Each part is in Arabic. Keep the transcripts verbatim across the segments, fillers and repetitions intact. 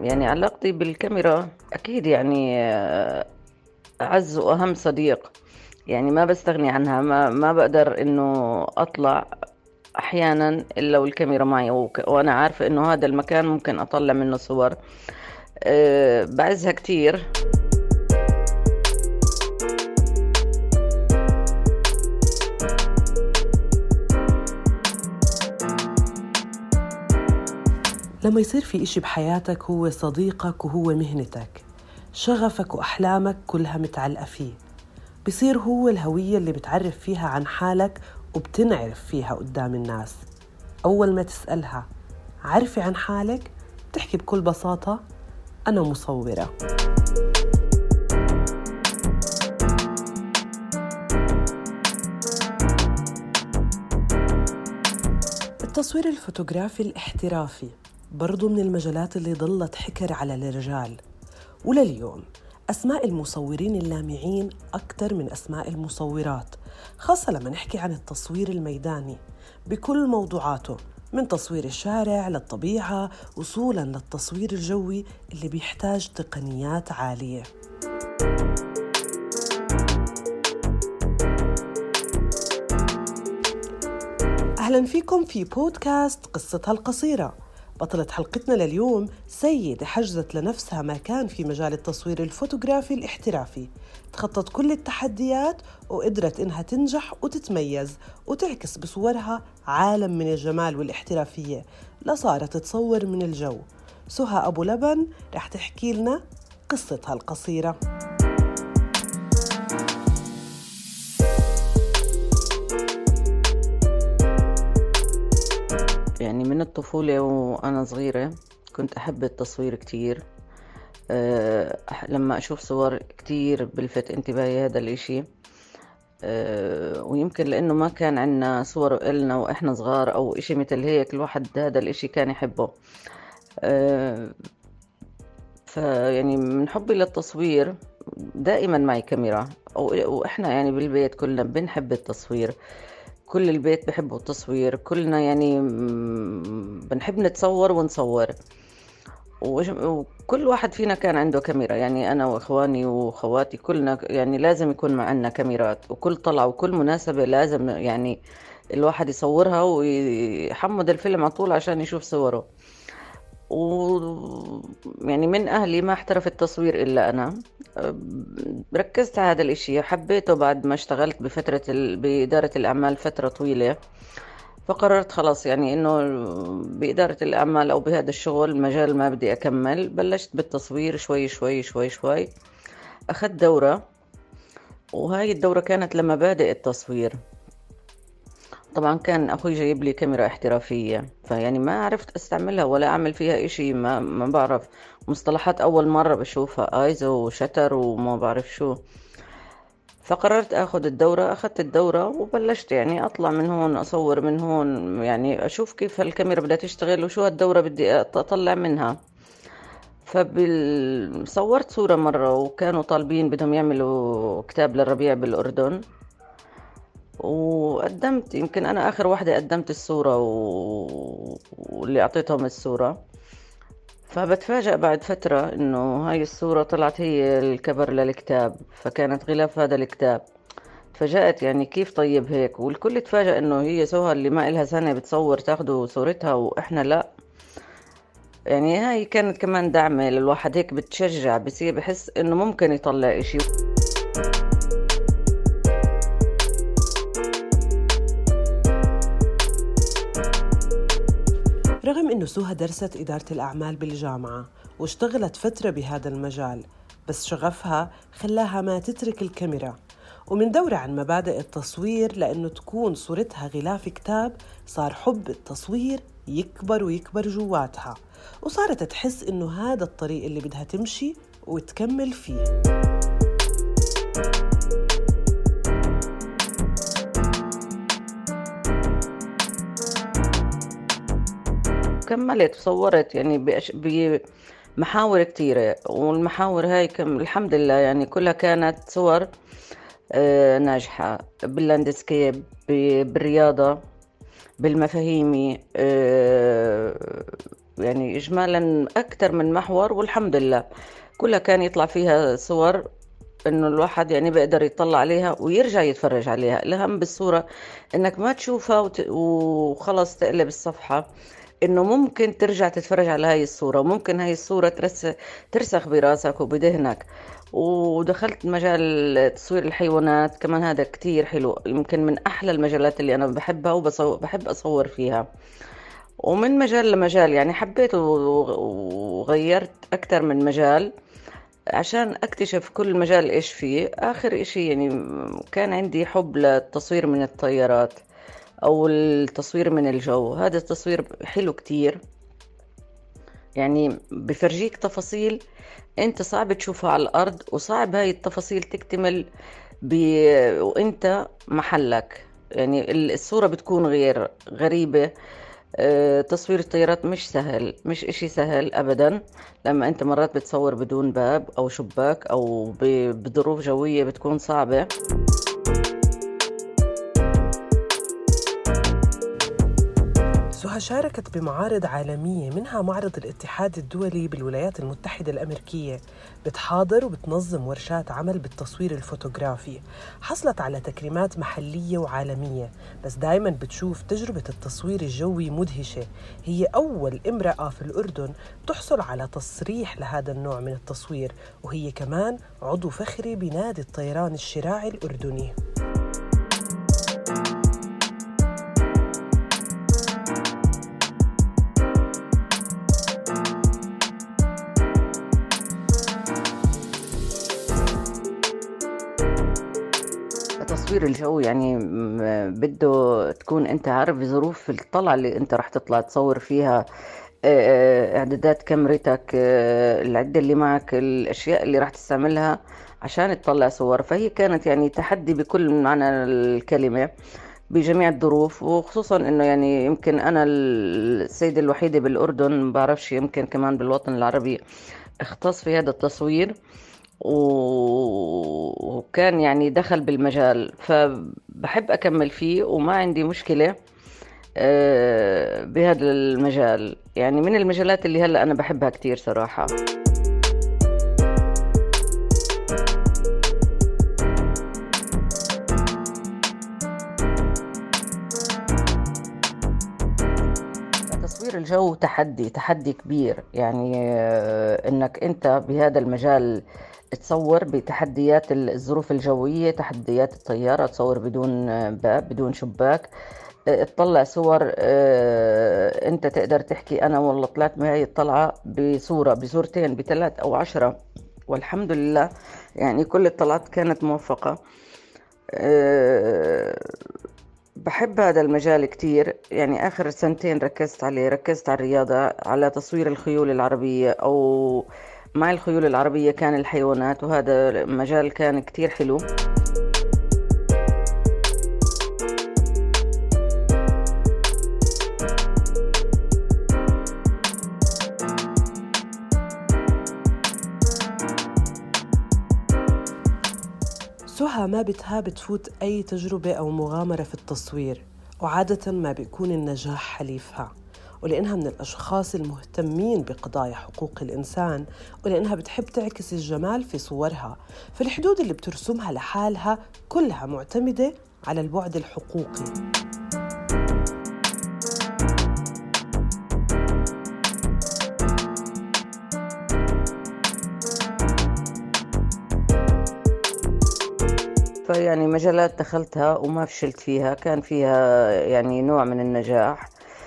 يعني علاقتي بالكاميرا أكيد يعني آه، أعز وأهم صديق. يعني ما بستغني عنها، ما ما بقدر إنه أطلع أحيانا إلا والكاميرا معي، وك- وأنا عارفة إنه هذا المكان ممكن أطلع منه صور. أه بعزها كتير. لما يصير في إشي بحياتك هو صديقك وهو مهنتك، شغفك وأحلامك كلها متعلقة فيه، بصير هو الهوية اللي بتعرف فيها عن حالك وبتنعرف فيها قدام الناس. أول ما تسألها عارفة عن حالك بتحكي بكل بساطة أنا مصورة. التصوير الفوتوغرافي الاحترافي برضو من المجالات اللي ضلت حكر على الرجال، ولليوم أسماء المصورين اللامعين أكثر من أسماء المصورات، خاصة لما نحكي عن التصوير الميداني بكل موضوعاته، من تصوير الشارع للطبيعة وصولاً للتصوير الجوي اللي بيحتاج تقنيات عالية. أهلاً فيكم في بودكاست قصتها القصيرة. بطلة حلقتنا لليوم سيدة حجزت لنفسها مكان في مجال التصوير الفوتوغرافي الاحترافي، تخطت كل التحديات وقدرت إنها تنجح وتتميز وتعكس بصورها عالم من الجمال والاحترافية، لصارت تصور من الجو. سهى أبو لبن رح تحكي لنا قصتها القصيرة. يعني من الطفولة وأنا صغيرة كنت أحب التصوير كتير. أه أح- لما أشوف صور كتير بلفت انتباهي هذا الإشي. أه ويمكن لأنه ما كان عنا صور إلنا وإحنا صغار أو إشي مثل هيك، الواحد هذا الإشي كان يحبه. أه فيعني من حبي للتصوير دائما معي كاميرا، أو- وإحنا يعني بالبيت كلنا بنحب التصوير، كل البيت بحبوا التصوير، كلنا يعني م- بنحب نتصور ونصور. وش- وكل واحد فينا كان عنده كاميرا، يعني أنا وإخواني وخواتي كلنا يعني لازم يكون معنا كاميرات، وكل طلعة وكل مناسبة لازم يعني الواحد يصورها ويحمد الفيلم على طول عشان يشوف صوره. و يعني من أهلي ما احترف التصوير إلا أنا. أه، ركزت على هذا الإشي، حبيته بعد ما اشتغلت بفترة ال... بإدارة الأعمال فترة طويلة. فقررت خلاص يعني إنه بإدارة الأعمال أو بهذا الشغل مجال ما بدي أكمل. بلشت بالتصوير شوي شوي شوي شوي. أخذت دورة، وهاي الدورة كانت لما بادئ التصوير. طبعا كان أخوي جايب لي كاميرا احترافية، فيعني ما عرفت أستعملها ولا أعمل فيها إشي، ما, ما بعرف مصطلحات، أول مرة بشوفها آيزو وشتر وما بعرف شو. فقررت أخذ الدورة، أخذت الدورة وبلشت يعني أطلع من هون أصور من هون، يعني أشوف كيف الكاميرا بدها تشتغل وشو الدورة بدي أطلع منها. فصورت صورة مرة وكانوا طالبين بدهم يعملوا كتاب للربيع بالأردن، وقدمت، يمكن أنا آخر واحدة قدمت الصورة و... واللي أعطيتهم الصورة. فبتفاجأ بعد فترة إنه هاي الصورة طلعت هي الكفر للكتاب، فكانت غلاف هذا الكتاب. تفاجأت يعني كيف طيب هيك، والكل تفاجأ إنه هي سهى اللي ما إلها سنة بتصور تاخدوا صورتها وإحنا لا. يعني هاي كانت كمان دعمة للواحد، هيك بتشجع، بصير بحس إنه ممكن يطلع إشي. رغم إنه سهى درست إدارة الأعمال بالجامعة واشتغلت فترة بهذا المجال، بس شغفها خلاها ما تترك الكاميرا، ومن دورة عن مبادئ التصوير لأنه تكون صورتها غلاف كتاب، صار حب التصوير يكبر ويكبر جواتها، وصارت تحس إنه هذا الطريق اللي بدها تمشي وتكمل فيه. كملت صورت يعني بأش... بمحاور كتيرة، والمحاور هاي كم الحمد لله يعني كلها كانت صور آه ناجحة، باللاندسكيب، ب- بالرياضة، بالمفاهيمي، آه يعني إجمالا أكتر من محور، والحمد لله كلها كان يطلع فيها صور إنه الواحد يعني بيقدر يطلع عليها ويرجع يتفرج عليها. الأهم بالصورة إنك ما تشوفها وت... وخلص تقلب الصفحة، إنه ممكن ترجع تتفرج على هاي الصورة، وممكن هاي الصورة ترس... ترسخ براسك وبذهنك. ودخلت مجال تصوير الحيوانات كمان، هذا كتير حلو، يمكن من أحلى المجالات اللي أنا بحبها وبحب أصور فيها. ومن مجال لمجال يعني حبيت وغيرت أكتر من مجال عشان أكتشف كل مجال إيش فيه. آخر إشي يعني كان عندي حب للتصوير من الطيارات أو التصوير من الجو. هذا التصوير حلو كتير، يعني بفرجيك تفاصيل أنت صعب تشوفها على الأرض، وصعب هاي التفاصيل تكتمل ب... وأنت محلك. يعني الصورة بتكون غير غريبة. أه، تصوير الطيارات مش سهل، مش اشي سهل ابدا، لما انت مرات بتصور بدون باب او شباك او ب- بظروف جوية بتكون صعبة. سهى شاركت بمعارض عالمية، منها معرض الاتحاد الدولي بالولايات المتحدة الأمريكية، بتحاضر وبتنظم ورشات عمل بالتصوير الفوتوغرافي. حصلت على تكريمات محلية وعالمية، بس دايماً بتشوف تجربة التصوير الجوي مدهشة. هي أول امرأة في الأردن تحصل على تصريح لهذا النوع من التصوير، وهي كمان عضو فخري بنادي الطيران الشراعي الأردني. تصوير الجو يعني م- بده تكون انت عارف ظروف الطلعة اللي انت راح تطلع تصور فيها، آه، اعدادات كاميرتك، آه، العدة اللي معك، الاشياء اللي راح تستعملها عشان تطلع صور. فهي كانت يعني تحدي بكل معنى الكلمة بجميع الظروف، وخصوصا انه يعني يمكن انا السيدة الوحيدة بالاردن، بعرفش يمكن كمان بالوطن العربي، اختص في هذا التصوير. و- وكان يعني دخل بالمجال، فبحب أكمل فيه وما عندي مشكلة آه، بهذا المجال. يعني من المجالات اللي هلأ أنا بحبها كتير صراحة. تصوير الجو تحدي تحدي كبير، يعني آه، انك انت بهذا المجال تصور بتحديات الظروف الجوية، تحديات الطيارة، تصور بدون آه، باب بدون شباك، آه، تطلع صور. آه، انت تقدر تحكي انا والله طلعت بهاي الطلعة بصورة بصورتين بثلاث او عشرة، والحمد لله يعني كل الطلعات كانت موفقة. آه، بحب هذا المجال كتير. يعني آخر سنتين ركزت عليه، ركزت على الرياضة، على تصوير الخيول العربية، أو مع الخيول العربية كان الحيوانات، وهذا مجال كان كتير حلو. سهى ما بتهاب تفوت أي تجربة أو مغامرة في التصوير، وعادة ما بيكون النجاح حليفها، ولأنها من الأشخاص المهتمين بقضايا حقوق الإنسان، ولأنها بتحب تعكس الجمال في صورها. فالحدود اللي بترسمها لحالها كلها معتمدة على البعد الحقوقي. فيعني مجالات دخلتها وما فشلت فيها، كان فيها يعني نوع من النجاح.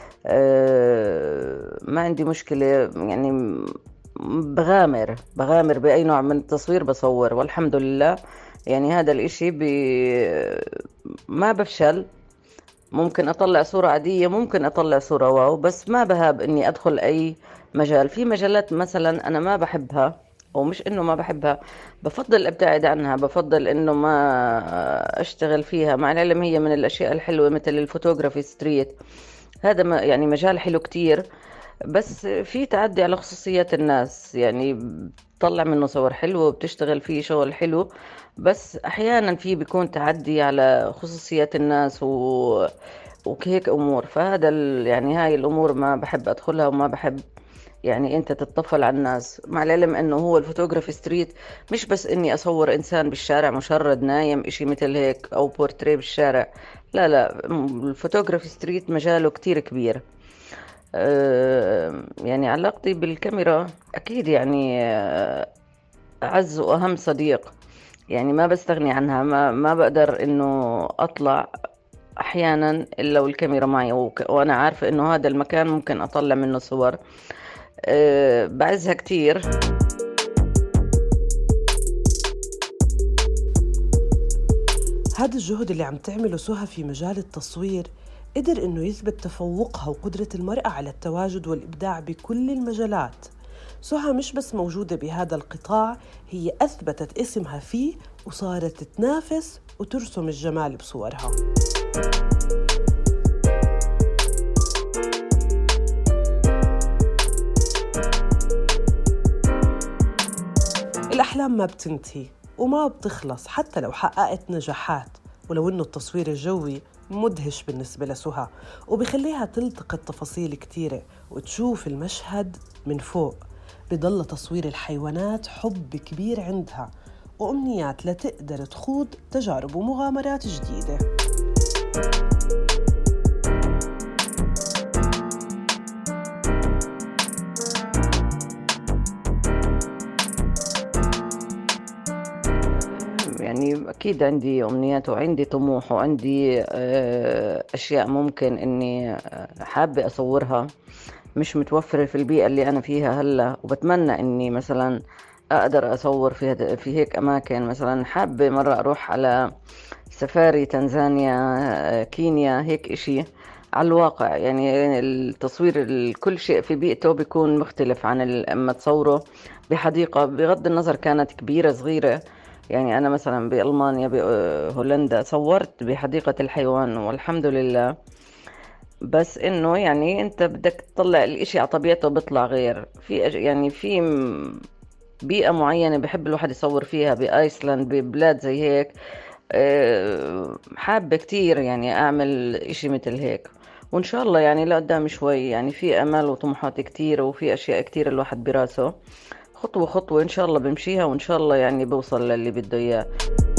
أه، ما عندي مشكلة، يعني بغامر بغامر بأي نوع من التصوير بصور، والحمد لله. يعني هذا الاشي بي ما بفشل. ممكن اطلع صورة عادية، ممكن اطلع صورة واو، بس ما بهاب اني ادخل اي مجال. في مجالات مثلا انا ما بحبها، ومش انه ما بحبها، بفضل ابتعد عنها، بفضل انه ما اشتغل فيها، مع العلم هي من الاشياء الحلوة مثل الفوتوغرافي ستريت. هذا ما- يعني مجال حلو كتير، بس في تعدي على خصوصيات الناس. يعني بتطلع منه صور حلوة وبتشتغل فيه شغل حلو، بس احيانا في بيكون تعدي على خصوصيات الناس و... وهيك امور. فهذا ال... يعني هاي الامور ما بحب ادخلها وما بحب يعني انت تتطفل على الناس، مع العلم انه هو الفوتوغرافي ستريت مش بس اني اصور انسان بالشارع مشرد نايم اشي مثل هيك او بورتريه بالشارع، لا لا، الفوتوغرافي ستريت مجاله كتير كبير. أه، يعني علاقتي بالكاميرا اكيد يعني آه، اعز واهم صديق، يعني ما بستغني عنها، ما ما بقدر انه اطلع احيانا الا والكاميرا معي، وك- وانا عارفة انه هذا المكان ممكن اطلع منه صور. أه بعزها كتير. هذا الجهد اللي عم تعمله سهى في مجال التصوير قدر إنه يثبت تفوقها وقدرة المرأة على التواجد والإبداع بكل المجالات. سهى مش بس موجودة بهذا القطاع، هي أثبتت اسمها فيه وصارت تتنافس وترسم الجمال بصورها. الأحلام ما بتنتهي وما بتخلص حتى لو حققت نجاحات، ولو إنه التصوير الجوي مدهش بالنسبة لسهى وبخليها تلتقط تفاصيل كتيرة وتشوف المشهد من فوق. بضل تصوير الحيوانات حب كبير عندها وأمنيات لتقدر تخوض تجارب ومغامرات جديدة. يعني أكيد عندي أمنيات وعندي طموح وعندي آه، أشياء ممكن إني آه، حابة أصورها مش متوفرة في البيئة اللي أنا فيها هلا، وبتمنى إني مثلا أقدر أصور في هد... في هيك أماكن. مثلا حابة مرة أروح على سفاري تنزانيا، آه، كينيا، هيك إشي على الواقع. يعني التصوير ال- كل شيء في بيئته بيكون مختلف عن ال- أما تصوره بحديقة، بغض النظر كانت كبيرة صغيرة. يعني أنا مثلا بألمانيا بهولندا صورت بحديقة الحيوان والحمد لله، بس إنه يعني أنت بدك تطلع الإشي على طبيعته بيطلع غير. في أج- يعني في م- بيئة معينة بحب الواحد يصور فيها، بآيسلند، ببلاد زي هيك. أه، حابة كتير يعني أعمل إشي مثل هيك، وإن شاء الله يعني لقدام شوي، يعني في أمل وطموحات كتير وفي أشياء كتير الواحد براسه، خطوة خطوة إن شاء الله بمشيها، وإن شاء الله يعني بوصل للي بده إياه.